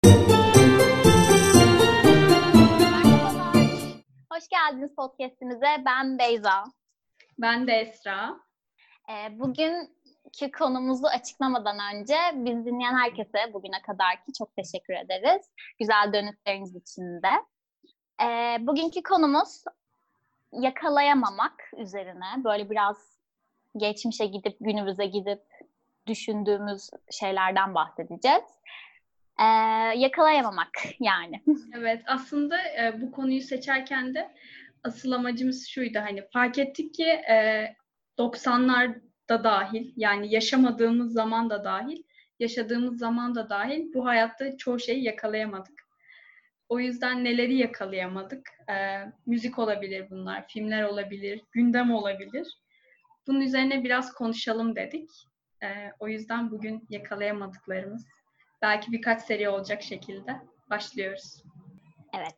Merhabalar. Hoş geldiniz podcast'imize. Ben Beyza. Ben de Esra. Bugünkü konumuzu açıklamadan önce bizi dinleyen herkese bugüne kadarki çok teşekkür ederiz. Güzel dönütleriniz için de. Bugünkü konumuz yakalayamamak üzerine. Böyle biraz geçmişe gidip, günümüze gidip düşündüğümüz şeylerden bahsedeceğiz. Yakalayamamak yani. Evet, aslında bu konuyu seçerken de asıl amacımız şuydu. Hani fark ettik ki 90'larda dahil, yani yaşamadığımız zaman da dahil, yaşadığımız zaman da dahil bu hayatta çoğu şeyi yakalayamadık. O yüzden neleri yakalayamadık? Müzik olabilir bunlar, filmler olabilir, gündem olabilir. Bunun üzerine biraz konuşalım dedik. O yüzden bugün yakalayamadıklarımız, belki birkaç seri olacak şekilde başlıyoruz. Evet.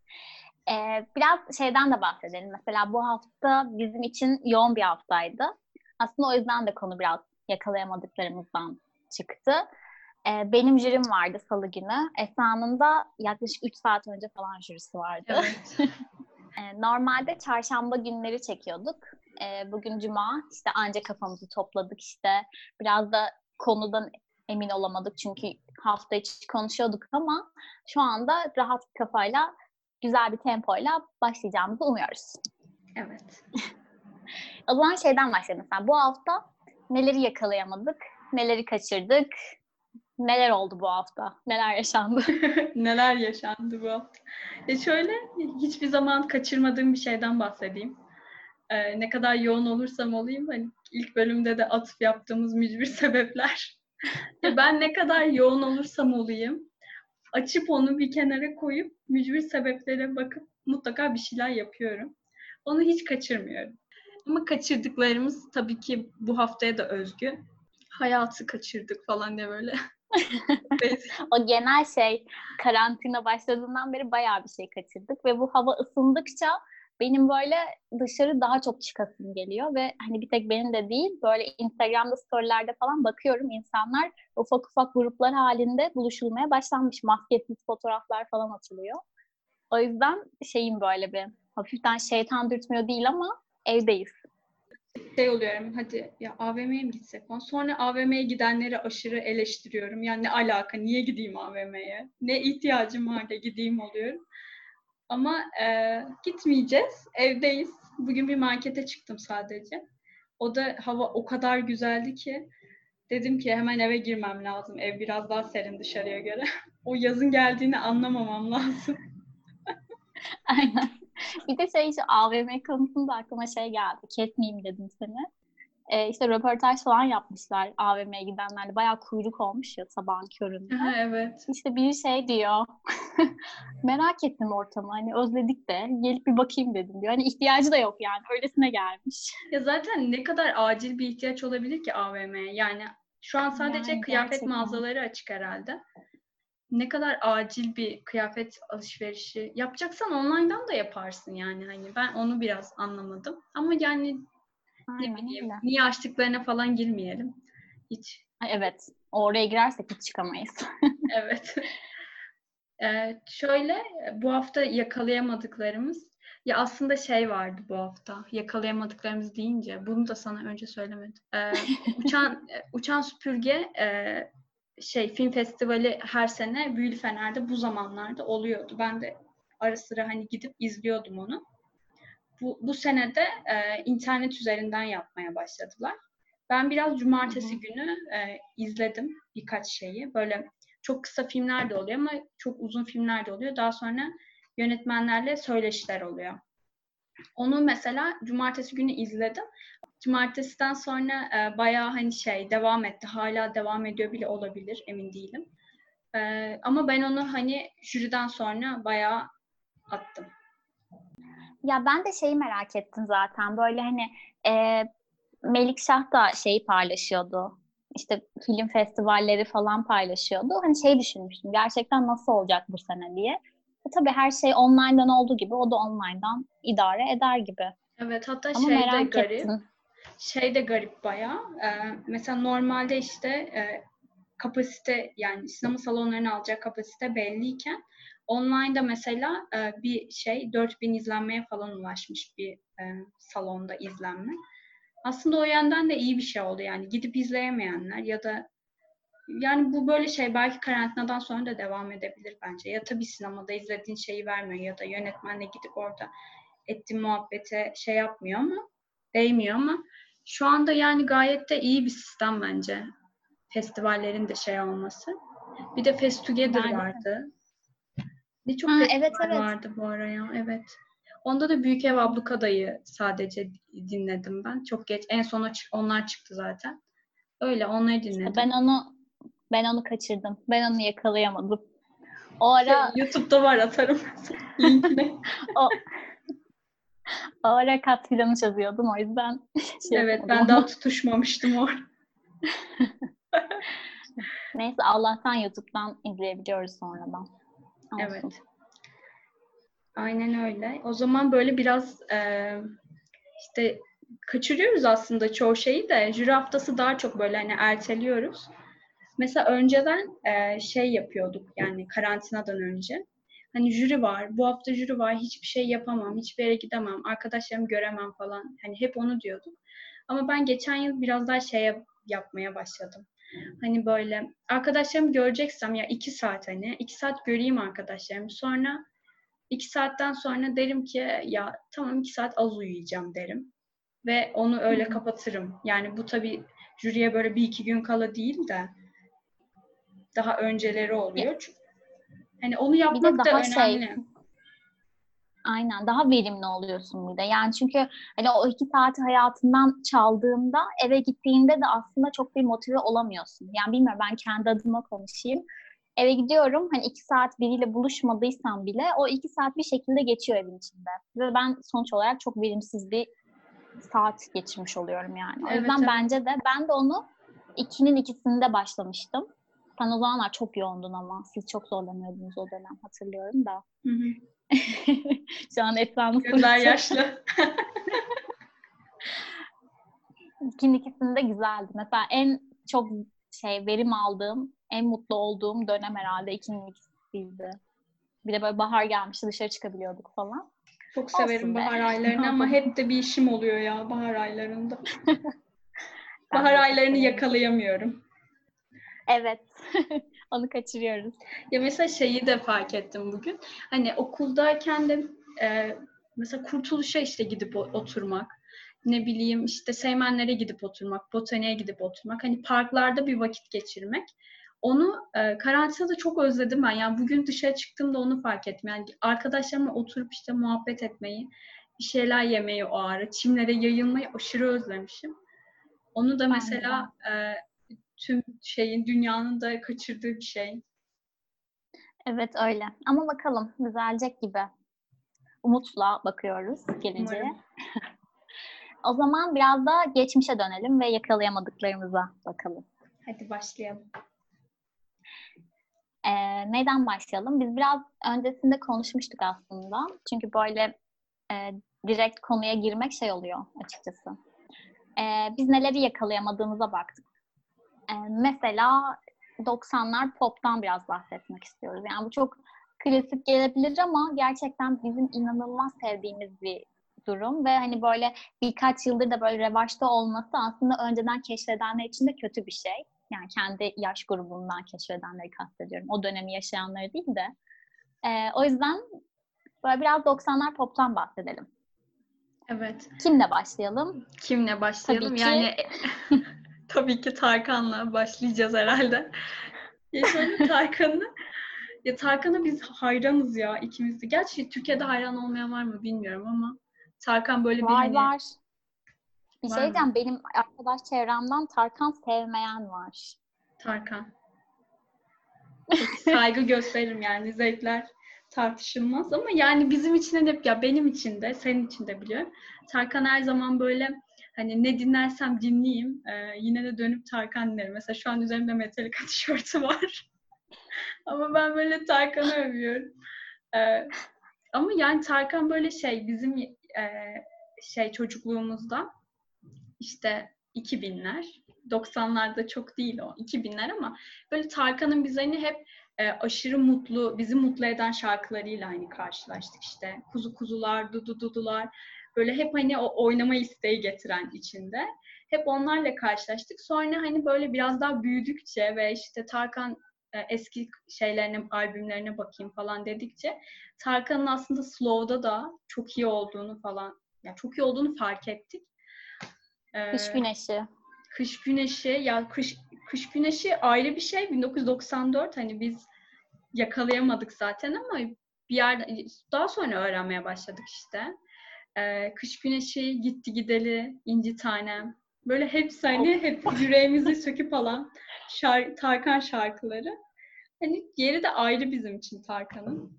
Biraz şeyden de bahsedelim. Mesela bu hafta bizim için yoğun bir haftaydı. Aslında o yüzden de konu biraz yakalayamadıklarımızdan çıktı. Benim jürim vardı Salı günü. Esra'nın da yaklaşık 3 saat önce falan jürisi vardı. Evet. Normalde çarşamba günleri çekiyorduk. Bugün cuma. İşte anca kafamızı topladık işte. Biraz da konudan emin olamadık çünkü hafta içi konuşuyorduk ama şu anda rahat bir kafayla, güzel bir tempoyla başlayacağımızı umuyoruz. Evet. O zaman şeyden başlayalım. Mesela bu hafta neleri yakalayamadık, neleri kaçırdık, neler oldu bu hafta, neler yaşandı? Neler yaşandı bu hafta? Şöyle, hiçbir zaman kaçırmadığım bir şeyden bahsedeyim. Ne kadar yoğun olursam olayım, hani ilk bölümde de atıf yaptığımız mücbir sebepler. Ben ne kadar yoğun olursam olayım, açıp onu bir kenara koyup mücbir sebeplere bakıp mutlaka bir şeyler yapıyorum. Onu hiç kaçırmıyorum. Ama kaçırdıklarımız tabii ki bu haftaya da özgü. Hayatı kaçırdık falan diye böyle. O genel karantina başladığından beri bayağı bir şey kaçırdık ve bu hava ısındıkça benim böyle dışarı daha çok çıkasım geliyor ve hani bir tek benim de değil, böyle Instagram'da storylerde falan bakıyorum, insanlar ufak ufak gruplar halinde buluşulmaya başlanmış. Maskesiz fotoğraflar falan atılıyor. O yüzden böyle bir hafiften şeytan dürtmüyor değil ama evdeyiz. Oluyorum, hadi ya AVM'ye mi gitsek falan. Sonra AVM'ye gidenleri aşırı eleştiriyorum. Yani ne alaka, niye gideyim AVM'ye? Ne ihtiyacım var da gideyim oluyorum. Ama gitmeyeceğiz, evdeyiz. Bugün bir markete çıktım sadece. O da hava o kadar güzeldi ki dedim ki hemen eve girmem lazım. Ev biraz daha serin dışarıya göre. O yazın geldiğini anlamamam lazım. Aynen. Bir de şu AVM konusunda aklıma geldi. Kesmeyeyim dedim seni. İşte röportaj falan yapmışlar AVM'ye gidenlerle. Bayağı kuyruk olmuş ya sabahın köründe. Evet. İşte biri diyor. Merak ettim ortamı. Hani özledik de gelip bir bakayım dedim diyor. Hani ihtiyacı da yok yani. Öylesine gelmiş. Ya zaten ne kadar acil bir ihtiyaç olabilir ki AVM'ye? Yani şu an sadece Yani kıyafet gerçekten. mağazaları açık herhalde. Ne kadar acil bir kıyafet alışverişi yapacaksan online'dan da yaparsın yani, hani ben onu biraz anlamadım. Ama yani ne Aynen bileyim, öyle. niye açtıklarına falan girmeyelim. Hiç. Evet. Oraya girersek hiç çıkamayız. Evet. Şöyle, bu hafta yakalayamadıklarımız, ya aslında vardı bu hafta. Yakalayamadıklarımız deyince bunu da sana önce söylemedim. Uçan süpürge film festivali her sene Büyülü Fener'de bu zamanlarda oluyordu. Ben de ara sıra hani gidip izliyordum onu. Bu sene de internet üzerinden yapmaya başladılar. Ben biraz cumartesi günü izledim birkaç şeyi. Böyle çok kısa filmler de oluyor ama çok uzun filmler de oluyor. Daha sonra yönetmenlerle söyleşiler oluyor. Onu mesela cumartesi günü izledim. Cumartesiden sonra bayağı hani devam etti. Hala devam ediyor bile olabilir, emin değilim. Ama ben onu hani jüriden sonra bayağı attım. Ya ben de merak ettim zaten. Böyle hani Melikşah da paylaşıyordu. İşte film festivalleri falan paylaşıyordu. Hani düşünmüştüm. Gerçekten nasıl olacak bu sene diye. Tabii her şey online'dan olduğu gibi o da online'dan idare eder gibi. Evet, hatta Ama de merak garip. ettim. De garip bayağı. Mesela normalde kapasite, yani sinema salonlarını alacak kapasite belliyken online'da mesela bir 4000 izlenmeye falan ulaşmış bir salonda izlenme. Aslında o yönden de iyi bir şey oldu yani. Gidip izleyemeyenler ya da yani bu böyle belki karantinadan sonra da devam edebilir bence. Ya tabii sinemada izlediğin şeyi vermiyor ya da yönetmenle gidip orada ettiğin muhabbete yapmıyor ama değmiyor ama şu anda yani gayet de iyi bir sistem bence. Festivallerin de olması. Bir de Fest Together vardı. Ne çok Evet, festival evet. vardı bu ara ya. Evet. Onda da Büyük Ev Ablukada'yı sadece dinledim ben. Çok geç. En sona onlar çıktı zaten. Öyle onları dinledim. Ben onu kaçırdım. Ben onu yakalayamadım. O ara YouTube'da var, atarım linkini. o ara kat planı çözüyordum. O yüzden Evet, ben daha tutuşmamıştım orada. Neyse, Allah'tan YouTube'dan izleyebiliyoruz sonradan. Olsun. Evet. Aynen öyle. O zaman böyle biraz işte kaçırıyoruz aslında çoğu şeyi de. Jüri haftası daha çok böyle hani erteliyoruz. Mesela önceden yapıyorduk yani karantinadan önce. Hani jüri var, bu hafta jüri var, hiçbir şey yapamam, hiçbir yere gidemem, arkadaşlarımı göremem falan. Hani hep onu diyorduk. Ama ben geçen yıl biraz daha yapmaya başladım. Hani böyle arkadaşlarımı göreceksem ya 2 saat 2 saat göreyim arkadaşlarımı. Sonra 2 saatten sonra derim ki ya tamam 2 saat az uyuyacağım derim. Ve onu öyle kapatırım. Yani bu tabii jüriye böyle 1-2 gün kala değil de daha önceleri oluyor. Hani onu yapmak da önemli. Aynen, daha verimli oluyorsun bir de. Yani çünkü hani o 2 saati hayatından çaldığında eve gittiğinde de aslında çok bir motive olamıyorsun. Yani bilmiyorum, ben kendi adıma konuşayım. Eve gidiyorum, hani 2 saat biriyle buluşmadıysam bile o 2 saat bir şekilde geçiyor evin içinde. Ve ben sonuç olarak çok verimsiz bir saat geçirmiş oluyorum yani. O yüzden Evet. bence de ben de onu 2'nin ikisinde başlamıştım. Sen o zamanlar çok yoğundun ama. Siz çok zorlanıyordunuz o dönem, hatırlıyorum da. Hı hı. Şu an Esra'nın Gözler yaşlı. 2'nin ikisinde güzeldi. Mesela en çok verim aldığım, en mutlu olduğum dönem herhalde 2'nin ikisiydi. Bir de böyle bahar gelmişti, dışarı çıkabiliyorduk falan. Çok severim Olsun be. bahar aylarını ama hep de bir işim oluyor ya bahar aylarında. Ben Bahar de çok aylarını severim. yakalayamıyorum. Evet. Onu kaçırıyoruz. Ya mesela de fark ettim bugün. Hani okuldayken de mesela Kurtuluş'a gidip oturmak. Ne bileyim Seymenler'e gidip oturmak, botaniğe gidip oturmak. Hani parklarda bir vakit geçirmek. Onu karantinada çok özledim ben. Yani bugün dışarı çıktığımda onu fark ettim. Yani arkadaşlarımla oturup muhabbet etmeyi, bir şeyler yemeyi o ara, çimlere yayılmayı aşırı özlemişim. Onu da mesela tüm dünyanın da kaçırdığı bir şey. Evet, öyle. Ama bakalım, düzelecek gibi. Umutla bakıyoruz geleceğe. Umarım. O zaman biraz da geçmişe dönelim ve yakalayamadıklarımıza bakalım. Hadi başlayalım. Neyden başlayalım? Biz biraz öncesinde konuşmuştuk aslında. Çünkü böyle direkt konuya girmek oluyor açıkçası. Biz neleri yakalayamadığımıza baktık. Mesela 90'lar pop'tan biraz bahsetmek istiyoruz. Yani bu çok klasik gelebilir ama gerçekten bizim inanılmaz sevdiğimiz bir durum ve hani böyle birkaç yıldır da böyle revaçta olması aslında önceden keşfedenler için de kötü bir şey. Yani kendi yaş grubundan keşfedenleri kastediyorum. O dönemi yaşayanları değil de. O yüzden böyle biraz 90'lar pop'tan bahsedelim. Evet. Kimle başlayalım? Kimle başlayalım? Tabii ki... Yani tabii ki Tarkan'la başlayacağız herhalde. Tarkan'a biz hayranız ya ikimiz de. Gerçi Türkiye'de hayran olmayan var mı bilmiyorum ama Tarkan böyle Var. Bir şey var mı? diyeceğim, benim arkadaş çevremden Tarkan sevmeyen var. Tarkan. Peki, saygı gösteririm yani, zevkler tartışılmaz ama yani bizim için hep, ya benim için de senin için de biliyorum. Tarkan her zaman böyle hani ne dinlersem dinleyeyim yine de dönüp Tarkan dinlerim. Mesela şu an üzerimde Metallica tişörtü var. Ama ben böyle Tarkan'ı övüyorum. Ama yani Tarkan böyle bizim çocukluğumuzda 2000'ler 90'larda çok değil o 2000'ler ama böyle Tarkan'ın biz hani hep aşırı mutlu, bizi mutlu eden şarkılarıyla hani karşılaştık işte. Kuzu kuzular, dudu dudular. Böyle hep hani o oynama isteği getiren içinde. Hep onlarla karşılaştık. Sonra hani böyle biraz daha büyüdükçe ve işte Tarkan eski şeylerine, albümlerine bakayım falan dedikçe Tarkan'ın aslında slow'da da çok iyi olduğunu falan, yani çok iyi olduğunu fark ettik. Kış Güneşi. Kış Güneşi, ya Kış Güneşi ayrı bir şey. 1994 hani biz yakalayamadık zaten ama bir yerde daha sonra öğrenmeye başladık işte. Kış Güneşi, Gitti Gideli, İnci Tanem. Böyle hepsi hani hep yüreğimizi söküp alan Tarkan şarkıları. Hani yeri de ayrı bizim için Tarkan'ın.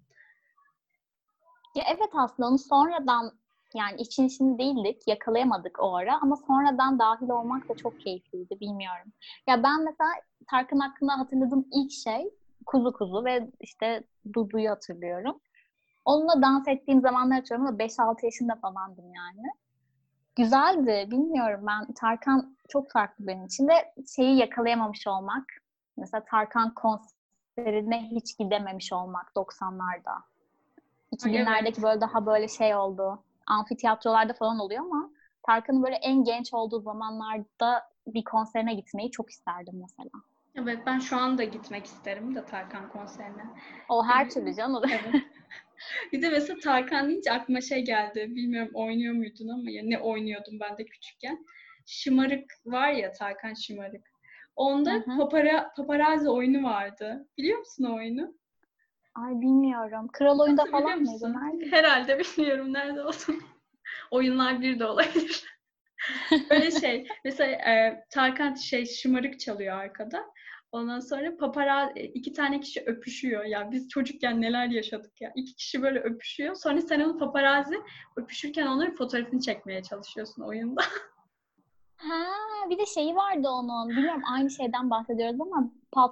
Ya evet, aslında onu sonradan, yani için içinde değildik, yakalayamadık o ara ama sonradan dahil olmak da çok keyifliydi, bilmiyorum. Ya ben mesela Tarkan hakkında hatırladığım ilk şey Kuzu Kuzu ve işte Dudu'yu hatırlıyorum. Onunla dans ettiğim zamanlar hatırlıyorum ama 5-6 yaşında falandım yani. Güzeldi, bilmiyorum, ben Tarkan çok farklı benim için ve şeyi yakalayamamış olmak, mesela Tarkan konserine hiç gidememiş olmak 90'larda. Ay, 2000'lerdeki evet. böyle daha böyle şey oldu. Amfiteyatrolarda falan oluyor ama Tarkan'ın böyle en genç olduğu zamanlarda bir konserine gitmeyi çok isterdim mesela. Evet, ben şu anda gitmek isterim de Tarkan konserine. O her türlü canım. Evet. Bir de mesela Tarkan deyince aklıma şey geldi. Bilmiyorum oynuyor muydun ama ya ne oynuyordum ben de küçükken. Şımarık var ya, Tarkan Şımarık. Onda Hı hı. paparazzi oyunu vardı. Biliyor musun o oyunu? Ay bilmiyorum. Kral Oyun'da Nasıl, biliyor falan mıydı? musun? Nerede? Herhalde bilmiyorum nerede olduğunu. Oyunlar bir de olabilir. Böyle şey. Mesela Tarkan şımarık çalıyor arkada. Ondan sonra iki tane kişi öpüşüyor. Ya biz çocukken neler yaşadık ya. İki kişi böyle öpüşüyor. Sonra sen onu paparazzi öpüşürken onların fotoğrafını çekmeye çalışıyorsun oyunda. Ha, bir de şeyi vardı onun. Bilmiyorum aynı şeyden bahsediyoruz ama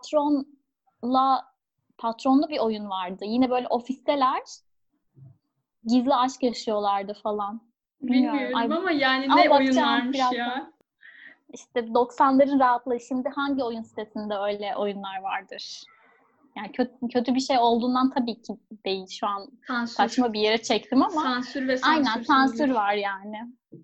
patronlu bir oyun vardı. Yine böyle ofisteler gizli aşk yaşıyorlardı falan. Bilmiyorum. Bilmiyorum Ay, ama yani ama ne bakacağım oyunlarmış birazdan. ya. İşte 90'ların rahatlığı. Şimdi hangi oyun sitesinde öyle oyunlar vardır? Yani kötü bir şey olduğundan tabii ki değil. Şu an Sansür. saçma bir yere çektim ama Sansür ve aynen sansür sansürsüzlük. var yani.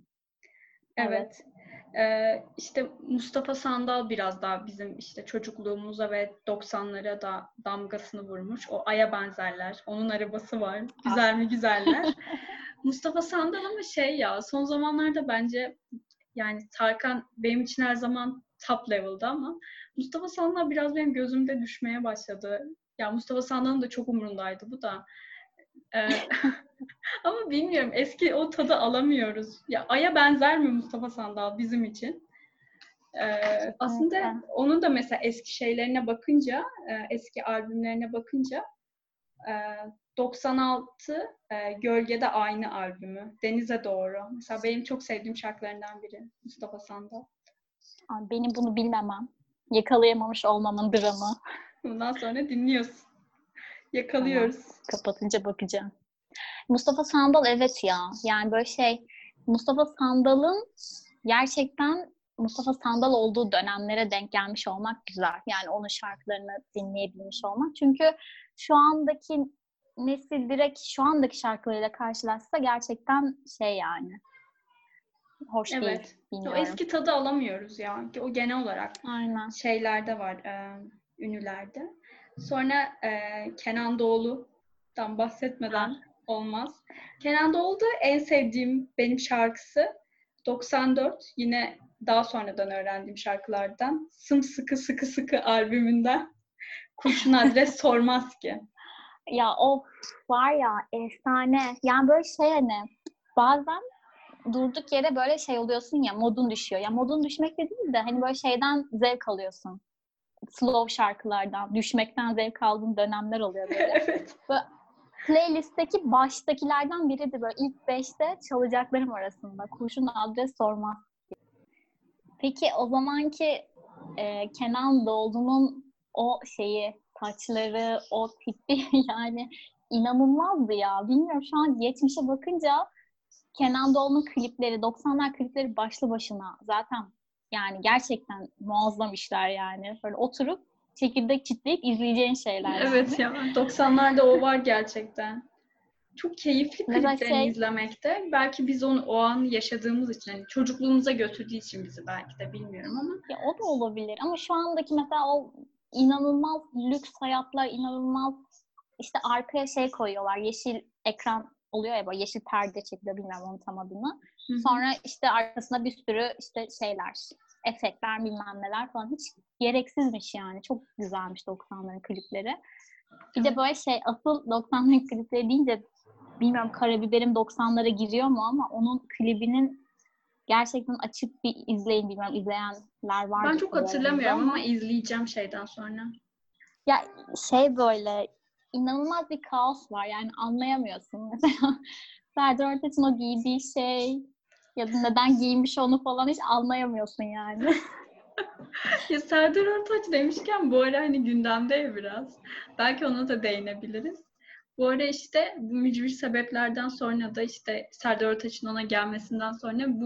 Evet. Evet. İşte Mustafa Sandal biraz daha bizim işte çocukluğumuza ve 90'lara da damgasını vurmuş. O Ay'a benzerler. Onun arabası var. Ah. Güzel mi güzeller. Mustafa Sandal ama şey ya, son zamanlarda bence yani Tarkan benim için her zaman top level'da ama Mustafa Sandal biraz benim gözümde düşmeye başladı. Ya Mustafa Sandal'ın da çok umurundaydı bu da. Ee, Ama bilmiyorum, eski o tadı alamıyoruz. Ya Ay'a benzer mi Mustafa Sandal bizim için? Aslında Kesinlikle. onun da mesela eski şeylerine bakınca, eski albümlerine bakınca e, 96 Gölgede Aynı albümü, Denize Doğru. Mesela benim çok sevdiğim şarkılarından biri Mustafa Sandal. Ay, benim bunu bilmemem. Yakalayamamış olmamın dramı. Bundan sonra dinliyorsun. Tamam. Yakalıyoruz. Kapatınca bakacağım. Mustafa Sandal evet ya. Yani böyle şey, Mustafa Sandal'ın gerçekten Mustafa Sandal olduğu dönemlere denk gelmiş olmak güzel. Yani onun şarkılarını dinleyebilmiş olmak. Çünkü şu andaki nesil direkt şu andaki şarkılarıyla karşılaşsa gerçekten şey yani hoş değil. Evet. O Bilmiyorum. eski tadı alamıyoruz ya. O genel olarak Aynen. şeylerde var, ünlülerde. Sonra Kenan Doğulu'dan Ha. bahsetmeden olmaz. Kenan Doğulu da en sevdiğim benim şarkısı 94. Yine daha sonradan öğrendiğim şarkılardan. Sımsıkı sıkı sıkı albümünden. Kurşun adres sormaz ki. Ya o var ya efsane. Yani böyle şey hani bazen durduk yere böyle şey oluyorsun ya, modun düşüyor. Ya modun düşmek de değil de hani böyle şeyden zevk alıyorsun. Slow şarkılardan, düşmekten zevk aldığın dönemler oluyor böyle. Evet. Böyle playlistteki baştakilerden biridir böyle ilk 5'te çalacaklarım arasında. Kurşun adres sormaz. Peki o zamanki Kenan Doğulu'nun o şeyi, saçları, o tipi yani inanılmazdı ya. Bilmiyorum, şu an geçmişe bakınca Kenan Doğulu'nun klipleri, 90'lar klipleri başlı başına zaten Yani gerçekten muazzam işler yani. Böyle oturup çekirdek çitleyip izleyeceğin şeyler Evet yani. ya, 90'larda o var gerçekten. Çok keyifli Mesela kliplerini izlemekte. Belki biz onu o an yaşadığımız için, hani çocukluğumuza götürdüğü için bizi, belki de bilmiyorum ama. ya o da olabilir ama şu andaki mesela o inanılmaz lüks hayatlar, inanılmaz işte arkaya şey koyuyorlar. Yeşil ekran oluyor ya, böyle yeşil perde çekiliyor, bilmiyorum onun tam adını. Sonra işte arkasında bir sürü işte şeyler, efektler, bilmem neler falan. Hiç gereksizmiş yani. Çok güzelmiş 90'ların klipleri. Bir de böyle şey, asıl 90'ların klipleri deyince bilmiyorum Karabiberim 90'lara giriyor mu ama onun klibinin gerçekten açıp bir izleyin, bilmiyorum izleyenler Ben vardır çok tabii aranızda hatırlamıyorum ama ama izleyeceğim şeyden sonra. ya şey böyle inanılmaz bir kaos var yani anlayamıyorsun. Mesela Serdar Ortaç'ın o giydiği şey ya da neden giymiş onu falan hiç anlayamıyorsun yani. Ya Serdar Ortaç demişken bu ara hani gündemde ya biraz. Belki ona da değinebiliriz. Bu ara işte bu mücbir sebeplerden sonra da işte Serdar Ortaç'ın ona gelmesinden sonra bu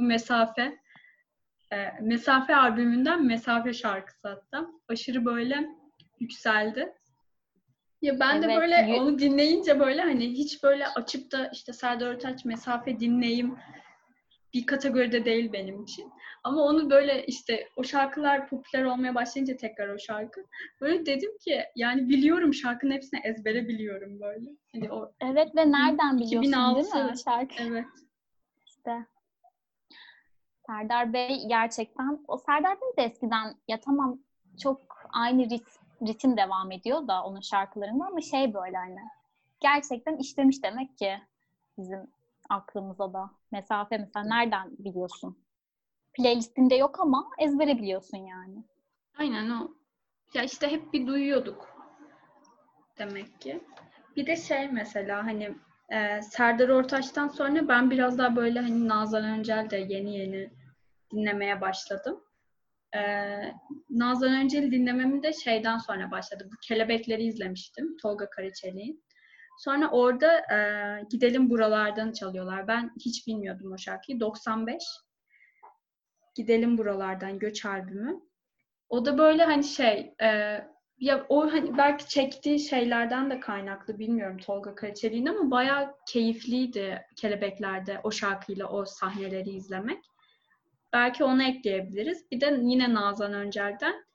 Mesafe albümünden Mesafe şarkısı hatta aşırı böyle yükseldi. Ya ben de Evet, böyle onu dinleyince böyle hani hiç böyle açıp da işte Serdar Ortaç Mesafe dinleyeyim bir kategoride değil benim için. Ama onu böyle işte o şarkılar popüler olmaya başlayınca tekrar o şarkı. Böyle dedim ki yani biliyorum, şarkının hepsini ezbere biliyorum böyle. Hani o evet ve nereden biliyorsun değil mi 2006, şarkı? evet. İşte Serdar Bey gerçekten, o Serdar Bey de eskiden ya tamam çok aynı ritim devam ediyor da onun şarkılarında ama şey böyle hani gerçekten işlemiş demek ki bizim aklımıza da. Mesafe mesela nereden biliyorsun? Playlistinde yok ama ezbere biliyorsun yani. Aynen o. Ya işte hep bir duyuyorduk demek ki. Bir de şey mesela hani Serdar Ortaç'tan sonra ben biraz daha böyle hani Nazan Öncel de yeni yeni dinlemeye başladım. Nazan Öncel'i dinlememi de şeyden sonra başladı. Bu Kelebekleri izlemiştim. Tolga Karaçelik'in. Sonra orada Gidelim Buralardan çalıyorlar. Ben hiç bilmiyordum o şarkıyı. 95. Gidelim Buralardan Göç albümü. O da böyle hani ya o hani belki çektiği şeylerden de kaynaklı bilmiyorum Tolga Karaçelik'in ama bayağı keyifliydi Kelebekler'de o şarkıyla o sahneleri izlemek. Belki onu ekleyebiliriz. Bir de yine Nazan Öncel'den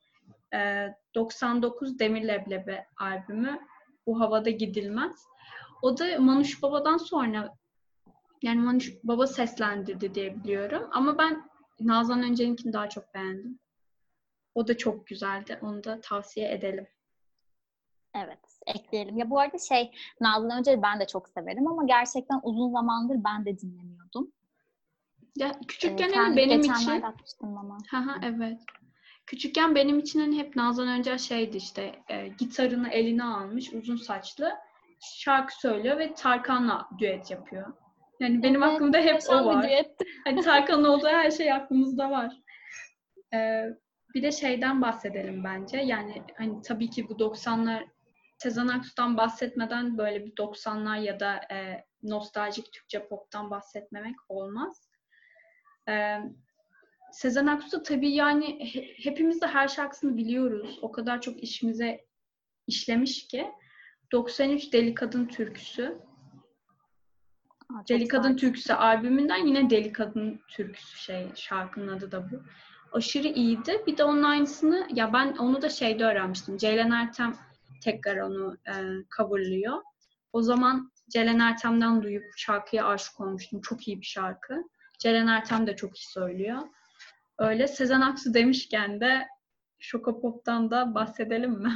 99 Demir Leblebi albümü Bu Havada Gidilmez. O da Manuş Baba'dan sonra, yani Manuş Baba seslendirdi diye biliyorum. Ama ben Nazan Öncel'inkini daha çok beğendim. O da çok güzeldi. Onu da tavsiye edelim. Evet, ekleyelim. Ya bu arada şey, Nazlı Öncel'i ben de çok severim ama gerçekten uzun zamandır ben de dinlemiyordum. Ya küçükken hani Sen benim geçenlerde için, atmıştın ama. haha evet. Küçükken benim için hani hep Nazan Öncel şeydi işte gitarını eline almış, uzun saçlı şarkı söylüyor ve Tarkan'la düet yapıyor. Yani benim Evet, aklımda hep o muhteşem bir var. düet. Hani Tarkan'ın olduğu her şey aklımızda var. E, Bir de şeyden bahsedelim bence. Yani hani tabii ki bu 90'lar, Sezen Aksu'dan bahsetmeden böyle bir 90'lar ya da nostaljik Türkçe pop'tan bahsetmemek olmaz. E, Sezen Aksu tabii yani hepimiz de her şarkısını biliyoruz. O kadar çok işimize işlemiş ki. 93 Deli Kadın Türküsü. Aa, çok Deli Kadın sert. Türküsü albümünden yine Deli Kadın Türküsü şarkının adı da bu. Aşırı iyiydi. Bir de onun aynısını ya ben onu da şeyde öğrenmiştim. Ceylan Ertem tekrar onu coverlıyor. O zaman Ceylan Ertem'den duyup şarkıya aşık olmuştum. Çok iyi bir şarkı. Ceylan Ertem de çok iyi söylüyor. Öyle Sezen Aksu demişken de Şokopop'tan da bahsedelim mi?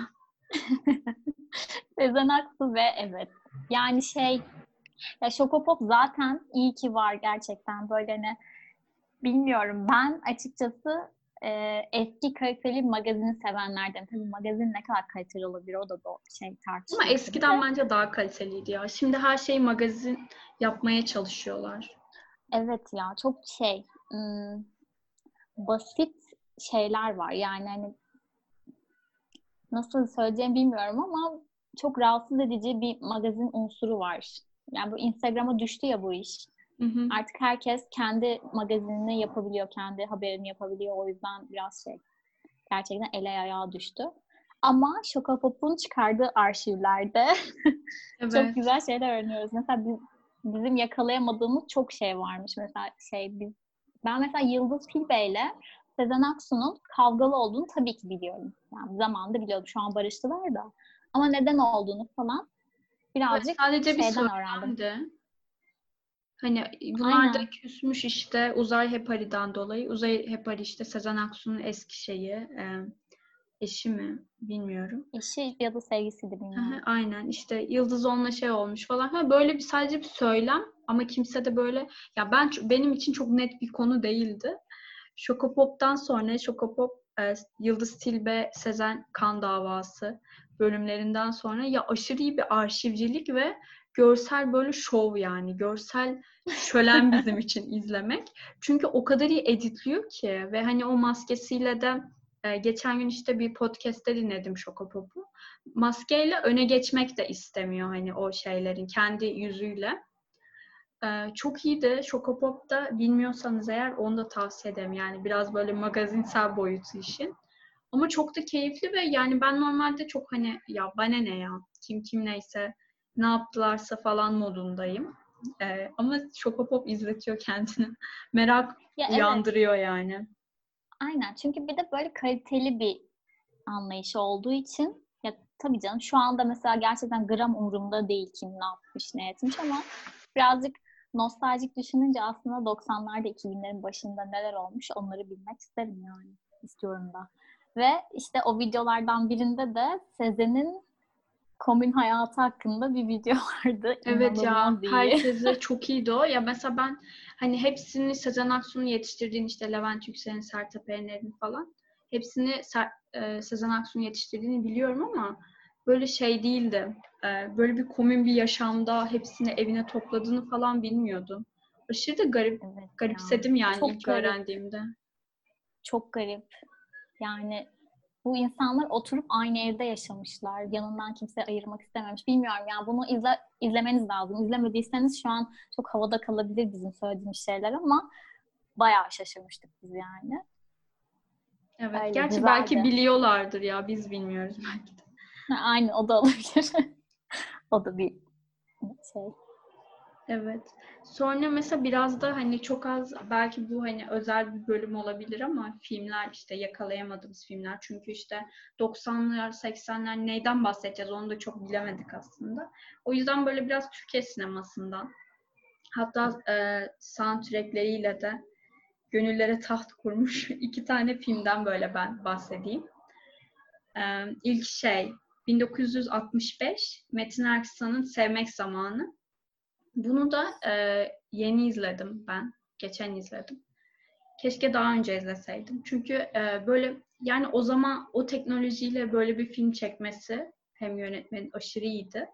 Sezen Aksu ve evet. Yani şey, ya Şokopop zaten iyi ki var gerçekten. Böyle hani bilmiyorum, ben açıkçası eski kaliteli magazini sevenlerden. Tabii magazin ne kadar kaliteli olabilir o da şey Ama tartışılır tabii eskiden de. bence daha kaliteliydi ya. Şimdi her şeyi magazin yapmaya çalışıyorlar. Evet ya çok şey basit şeyler var. Yani hani nasıl söyleyeceğimi bilmiyorum ama çok rahatsız edici bir magazin unsuru var. Yani bu Instagram'a düştü ya bu iş. Hı hı. Artık herkes kendi magazinini yapabiliyor, kendi haberini yapabiliyor. O yüzden biraz gerçekten ele ayağa düştü. Ama Şokopop'un çıkardığı arşivlerde çok Evet. güzel şeyler öğreniyoruz. Mesela bizim yakalayamadığımız çok şey varmış. Mesela ben mesela Yıldız Tilbe ile Sezen Aksu'nun kavgalı olduğunu tabii ki biliyorum. Yani zamanında biliyordum. Şu an barıştılar da. Ama neden olduğunu falan Evet, birazcık sadece bir şeyden öğrendim. söylemdi. Hani bunlar da Aynen. küsmüş işte Uzay Hepari'den dolayı. Uzay Hepari işte Sezen Aksu'nun eski eşi mi bilmiyorum. Eşi ya da sevgisiydi bilmiyorum. Aynen işte Yıldız onunla şey olmuş falan. Böyle sadece bir söylem ama kimse de böyle ya benim için çok net bir konu değildi. Şokopop'tan sonra Şokopop Yıldız Tilbe Sezen kan davası bölümlerinden sonra ya aşırı iyi bir arşivcilik ve görsel böyle şov yani görsel şölen bizim için izlemek. Çünkü o kadar iyi editliyor ki ve hani o maskesiyle de geçen gün işte bir podcast'te dinledim Şokopop'u. Maskeyle öne geçmek de istemiyor hani o şeylerin kendi yüzüyle. Çok iyi de Şokopop'ta bilmiyorsanız eğer onu da tavsiye ederim. Yani biraz böyle magazinsel boyutu işin. Ama çok da keyifli ve yani ben normalde çok hani ya bana ne ya kim neyse ne yaptılarsa falan modundayım. Ama Şokopop izletiyor kendini. Merak Ya evet. uyandırıyor yani. Aynen. Çünkü bir de böyle kaliteli bir anlayışı olduğu için ya tabii canım şu anda mesela gerçekten gram umurumda değil kim ne yapmış ne etmiş ama birazcık nostaljik düşününce aslında 90'larda 2000'lerin başında neler olmuş onları bilmek isterim yani. İstiyorum da. Ve işte o videolardan birinde de Sezen'in komün hayatı hakkında bir video vardı. Evet ya İnanılmaz iyi. herkese çok iyiydi o. Ya mesela ben hani hepsini Sezen Aksu'nun yetiştirdiğini işte Levent Yüksel'in, Sertab Erener'in falan hepsini Sezen Aksu'nun yetiştirdiğini biliyorum ama böyle şey değildi. Böyle bir komün bir yaşamda hepsini evine topladığını falan bilmiyordum. Aşırı da Evet ya. garipsedim yani Çok ilk garip. öğrendiğimde. Çok garip. Yani bu insanlar oturup aynı evde yaşamışlar. Yanından kimse ayırmak istememiş. Bilmiyorum yani bunu izlemeniz lazım. İzlemediyseniz şu an çok havada kalabilir bizim söylediğimiz şeyler ama bayağı şaşırmıştık biz yani. Evet. Öyle Gerçi belki güzeldi. biliyorlardır ya biz bilmiyoruz belki de. Aynı o da olabilir. O da bir şey. Evet. Sonra mesela biraz da hani çok az belki bu hani özel bir bölüm olabilir ama filmler işte yakalayamadığımız filmler. Çünkü işte 90'lar 80'ler neyden bahsedeceğiz onu da çok bilemedik aslında. O yüzden böyle biraz Türkiye sinemasından hatta soundtrackleriyle de gönüllere taht kurmuş iki tane filmden böyle ben bahsedeyim. İlk 1965 Metin Erksan'ın Sevmek Zamanı. Bunu da yeni izledim ben. Geçen izledim. Keşke daha önce izleseydim. Çünkü böyle yani o zaman o teknolojiyle böyle bir film çekmesi hem yönetmenin aşırı iyiydi.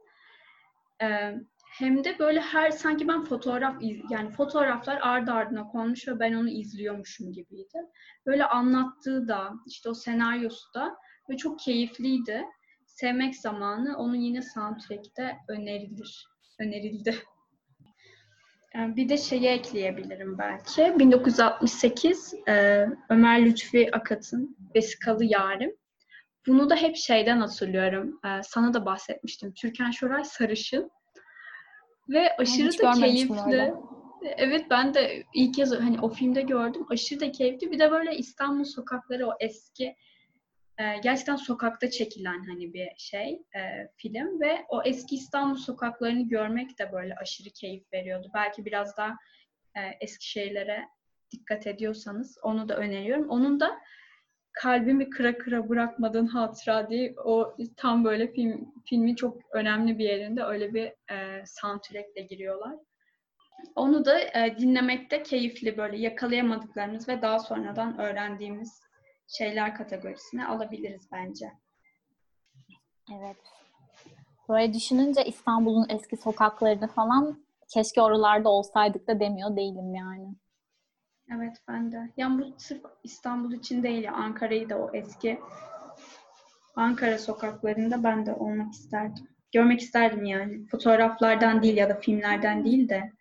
Hem de böyle sanki ben yani fotoğraflar ardı ardına konmuş ve ben onu izliyormuşum gibiydi. Böyle anlattığı da işte o senaryosu da ve çok keyifliydi. Sevmek Zamanı onun yine soundtrack'te önerildi. Bir de şeyi ekleyebilirim belki. 1968 Ömer Lütfi Akat'ın Vesikalı Yarim. Bunu da hep şeyden hatırlıyorum. Sana da bahsetmiştim. Türkan Şoray sarışın ve Ay, aşırı hiç da görmemiştim öyle. keyifli. Evet ben de ilk kez hani o filmde gördüm. Aşırı da keyifli. Bir de böyle İstanbul sokakları o eski gerçekten sokakta çekilen hani bir film ve o eski İstanbul sokaklarını görmek de böyle aşırı keyif veriyordu. Belki biraz daha eski şeylere dikkat ediyorsanız onu da öneriyorum. Onun da Kalbimi Kıra Kıra Bırakmadığın Hatıra diye o tam böyle filmin çok önemli bir yerinde öyle bir soundtrack'le giriyorlar. Onu da dinlemekte keyifli böyle yakalayamadıklarımız ve daha sonradan öğrendiğimiz şeyler kategorisine alabiliriz bence. Evet. Böyle düşününce İstanbul'un eski sokaklarını falan keşke oralarda olsaydık da demiyor değilim yani. Evet ben de. Yani bu sırf İstanbul için değil ya Ankara'yı da o eski Ankara sokaklarında ben de olmak isterdim. Görmek isterdim yani. Fotoğraflardan değil ya da filmlerden değil de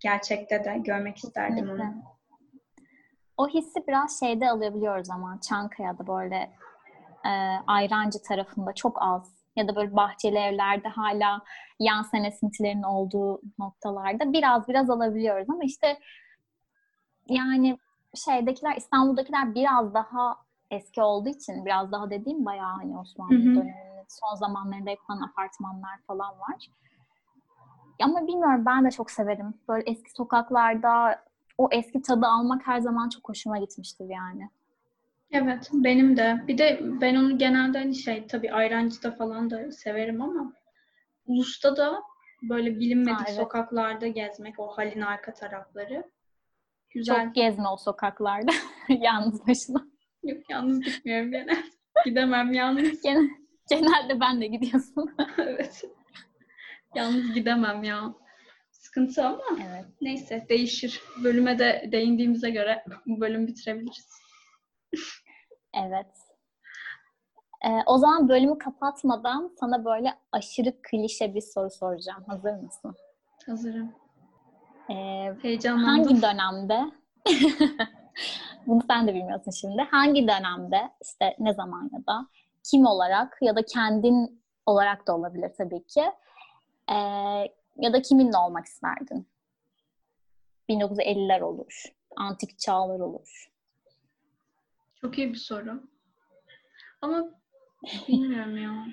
gerçekte de görmek isterdim Kesinlikle. onu. O hissi biraz şeyde alabiliyoruz ama Çankaya'da böyle Ayrancı tarafında çok az ya da böyle bahçeli evlerde hala yan sene esintilerinin olduğu noktalarda biraz alabiliyoruz ama işte yani şeydekiler, İstanbul'dakiler biraz daha eski olduğu için, biraz daha dediğim bayağı hani Osmanlı döneminin son zamanlarında yapılan apartmanlar falan var. Ama bilmiyorum, ben de çok severim. Böyle eski sokaklarda o eski tadı almak her zaman çok hoşuma gitmiştir yani. Evet, benim de. Bir de ben onu genelde hani tabii Ayrancı'da falan da severim ama Ulus'ta da böyle bilinmedik Evet. sokaklarda gezmek, o halin arka tarafları güzel. Çok gezme o sokaklarda yalnız başına. Yok, yalnız gitmiyorum genelde. Gidemem yalnız. Genelde ben de gidiyorsun. Evet. Yalnız gidemem ya. Sıkıntı ama Evet. neyse, değişir. Bölüme de değindiğimize göre bu bölümü bitirebiliriz. Evet. O zaman bölümü kapatmadan sana böyle aşırı klişe bir soru soracağım. Hazır mısın? Hazırım. Heyecanlandım. Hangi dönemde bunu sen de bilmiyorsun şimdi. Hangi dönemde, işte ne zaman ya da kim olarak ya da kendin olarak da olabilir tabii ki, ya da kiminle olmak isterdin? 1950'ler olur. Antik çağlar olur. Çok iyi bir soru. Ama bilmiyorum ya.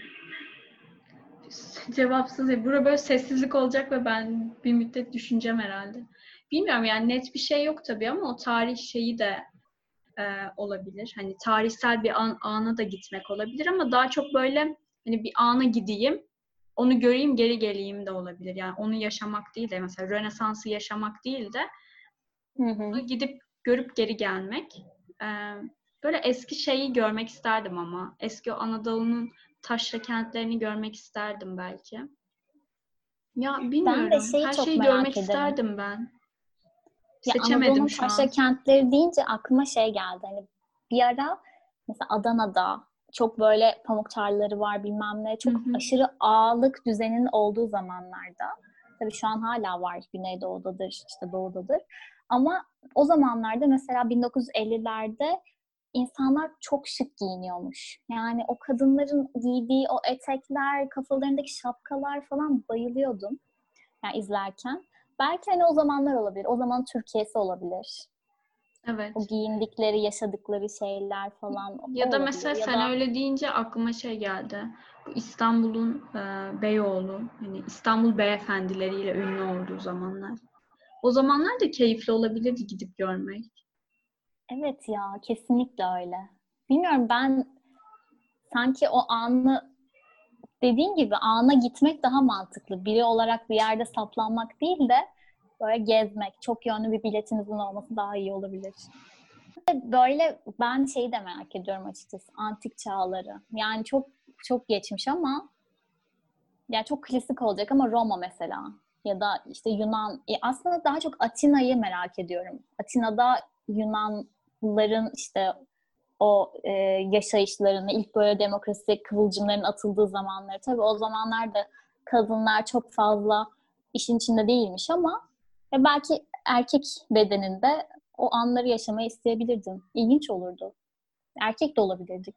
Cevapsız ya. Burada böyle sessizlik olacak ve ben bir müddet düşüneceğim herhalde. Bilmiyorum yani, net bir şey yok tabii ama o tarih şeyi de olabilir. Hani tarihsel bir ana da gitmek olabilir ama daha çok böyle hani bir ana gideyim, onu göreyim, geri geleyim de olabilir. Yani onu yaşamak değil de, mesela Rönesans'ı yaşamak değil de onu gidip görüp geri gelmek. Böyle eski şeyi görmek isterdim ama. Eski o Anadolu'nun taşra kentlerini görmek isterdim belki. Ya Ben de bilmiyorum. şeyi Her çok şeyi görmek merak ederim. isterdim ben. Ya Seçemedim Anadolu'nun şu taşra an. kentleri deyince aklıma şey geldi. Hani bir ara mesela Adana'da çok böyle pamuk tarlaları var, bilmem ne. Hı Çok hı. aşırı ağalık düzeninin olduğu zamanlarda. Tabii şu an hala var. Güneydoğu'dadır, işte doğudadır. Ama o zamanlarda mesela 1950'lerde insanlar çok şık giyiniyormuş. Yani o kadınların giydiği o etekler, kafalarındaki şapkalar falan bayılıyordum. Yani izlerken. Belki hani o zamanlar olabilir. O zaman Türkiye'si olabilir. O Evet. giyindikleri, yaşadıkları şeyler falan o Ya da olabilir. mesela Ya sen da öyle deyince aklıma şey geldi. Bu İstanbul'un Beyoğlu, hani İstanbul beyefendileriyle ünlü olduğu zamanlar. O zamanlar da keyifli olabilirdi gidip görmek. evet ya, kesinlikle öyle. Bilmiyorum, ben sanki o anı, dediğin gibi ana gitmek daha mantıklı. Biri olarak bir yerde saplanmak değil de böyle gezmek. Çok yönlü bir biletinizin olması daha iyi olabilir. Böyle ben şeyi de merak ediyorum açıkçası. Antik çağları. Yani çok çok geçmiş ama yani çok klasik olacak ama Roma mesela ya da işte Yunan. Aslında daha çok Atina'yı merak ediyorum. Atina'da Yunanlıların işte o yaşayışlarını, ilk böyle demokrasi kıvılcımların atıldığı zamanları. Tabii o zamanlarda kadınlar çok fazla işin içinde değilmiş ama belki erkek bedeninde o anları yaşamayı isteyebilirdim. İlginç olurdu. Erkek de olabilirdik.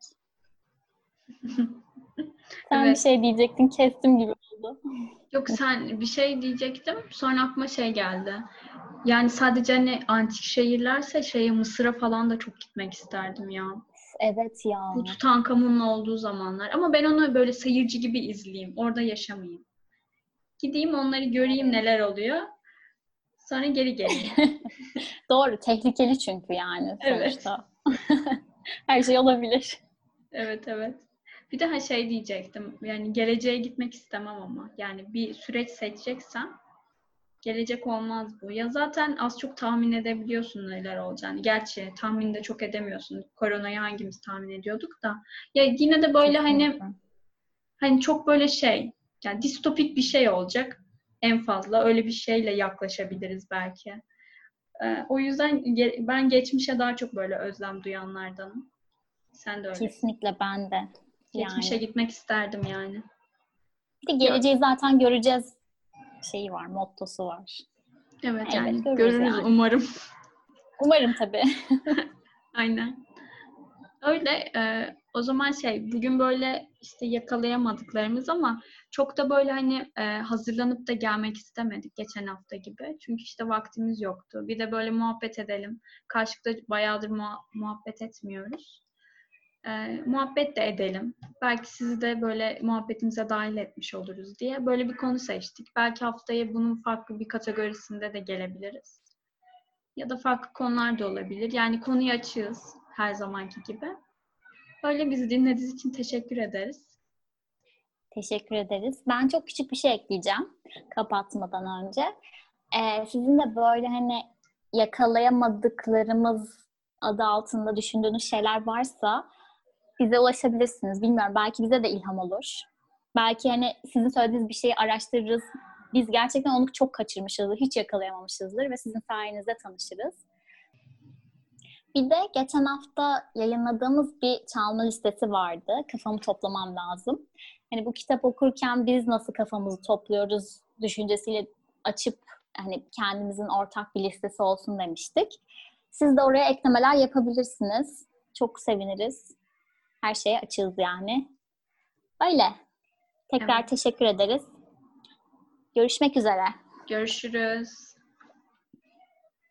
Sen bir Evet. şey diyecektin, kestim gibi oldu. Yok, sen bir şey diyecektim. Sonra aklıma şey geldi. Yani sadece hani antik şehirlerse Mısır'a falan da çok gitmek isterdim ya. Evet ya. Bu Tutankamon'un olduğu zamanlar. Ama ben onu böyle seyirci gibi izleyeyim. Orada yaşamayayım. Gideyim, onları göreyim, neler oluyor. Sonra geri geleyim. Doğru, tehlikeli çünkü yani Evet. sonuçta. Her şey olabilir. Evet, evet. Bir daha şey diyecektim. Yani geleceğe gitmek istemem ama. Yani bir süreç seçeceksem gelecek olmaz bu. Ya zaten az çok tahmin edebiliyorsun neler olacağını. Gerçi tahmin de çok edemiyorsun. Koronayı hangimiz tahmin ediyorduk da. Ya yine de böyle Kesinlikle. hani çok böyle yani distopik bir şey olacak. En fazla öyle bir şeyle yaklaşabiliriz belki. O yüzden ben geçmişe daha çok böyle özlem duyanlardanım. Sen de öylesin. Kesinlikle ben de. Geçmişe Yani. gitmek isterdim yani. Bir de Ya, geleceği zaten göreceğiz şeyi var, mottosu var. Evet Elbet yani görürüz görürüz yani. umarım. Umarım tabii. Aynen. Öyle. O zaman bugün böyle işte yakalayamadıklarımız ama çok da böyle hani hazırlanıp da gelmek istemedik geçen hafta gibi. Çünkü işte vaktimiz yoktu. Bir de böyle muhabbet edelim. Karşılıklı bayağıdır muhabbet etmiyoruz. Muhabbet de edelim. Belki sizi de böyle muhabbetimize dahil etmiş oluruz diye böyle bir konu seçtik. Belki haftaya bunun farklı bir kategorisinde de gelebiliriz. Ya da farklı konular da olabilir. Yani konuyu açığız her zamanki gibi. Öyle bizi dinlediğiniz için teşekkür ederiz. Teşekkür ederiz. Ben çok küçük bir şey ekleyeceğim kapatmadan önce. Sizin de böyle hani yakalayamadıklarımız adı altında düşündüğünüz şeyler varsa bize ulaşabilirsiniz. Bilmiyorum, belki bize de ilham olur. Belki hani sizin söylediğiniz bir şeyi araştırırız. Biz gerçekten onu çok kaçırmışızdır, hiç yakalayamamışızdır ve sizin sayenizde tanışırız. Bir de geçen hafta yayınladığımız bir çalma listesi vardı. Kafamı toplamam lazım. Hani bu kitap okurken biz nasıl kafamızı topluyoruz düşüncesiyle açıp hani kendimizin ortak bir listesi olsun demiştik. Siz de oraya eklemeler yapabilirsiniz. Çok seviniriz. Her şeye açığız yani. Öyle. Tekrar Evet. teşekkür ederiz. Görüşmek üzere. Görüşürüz.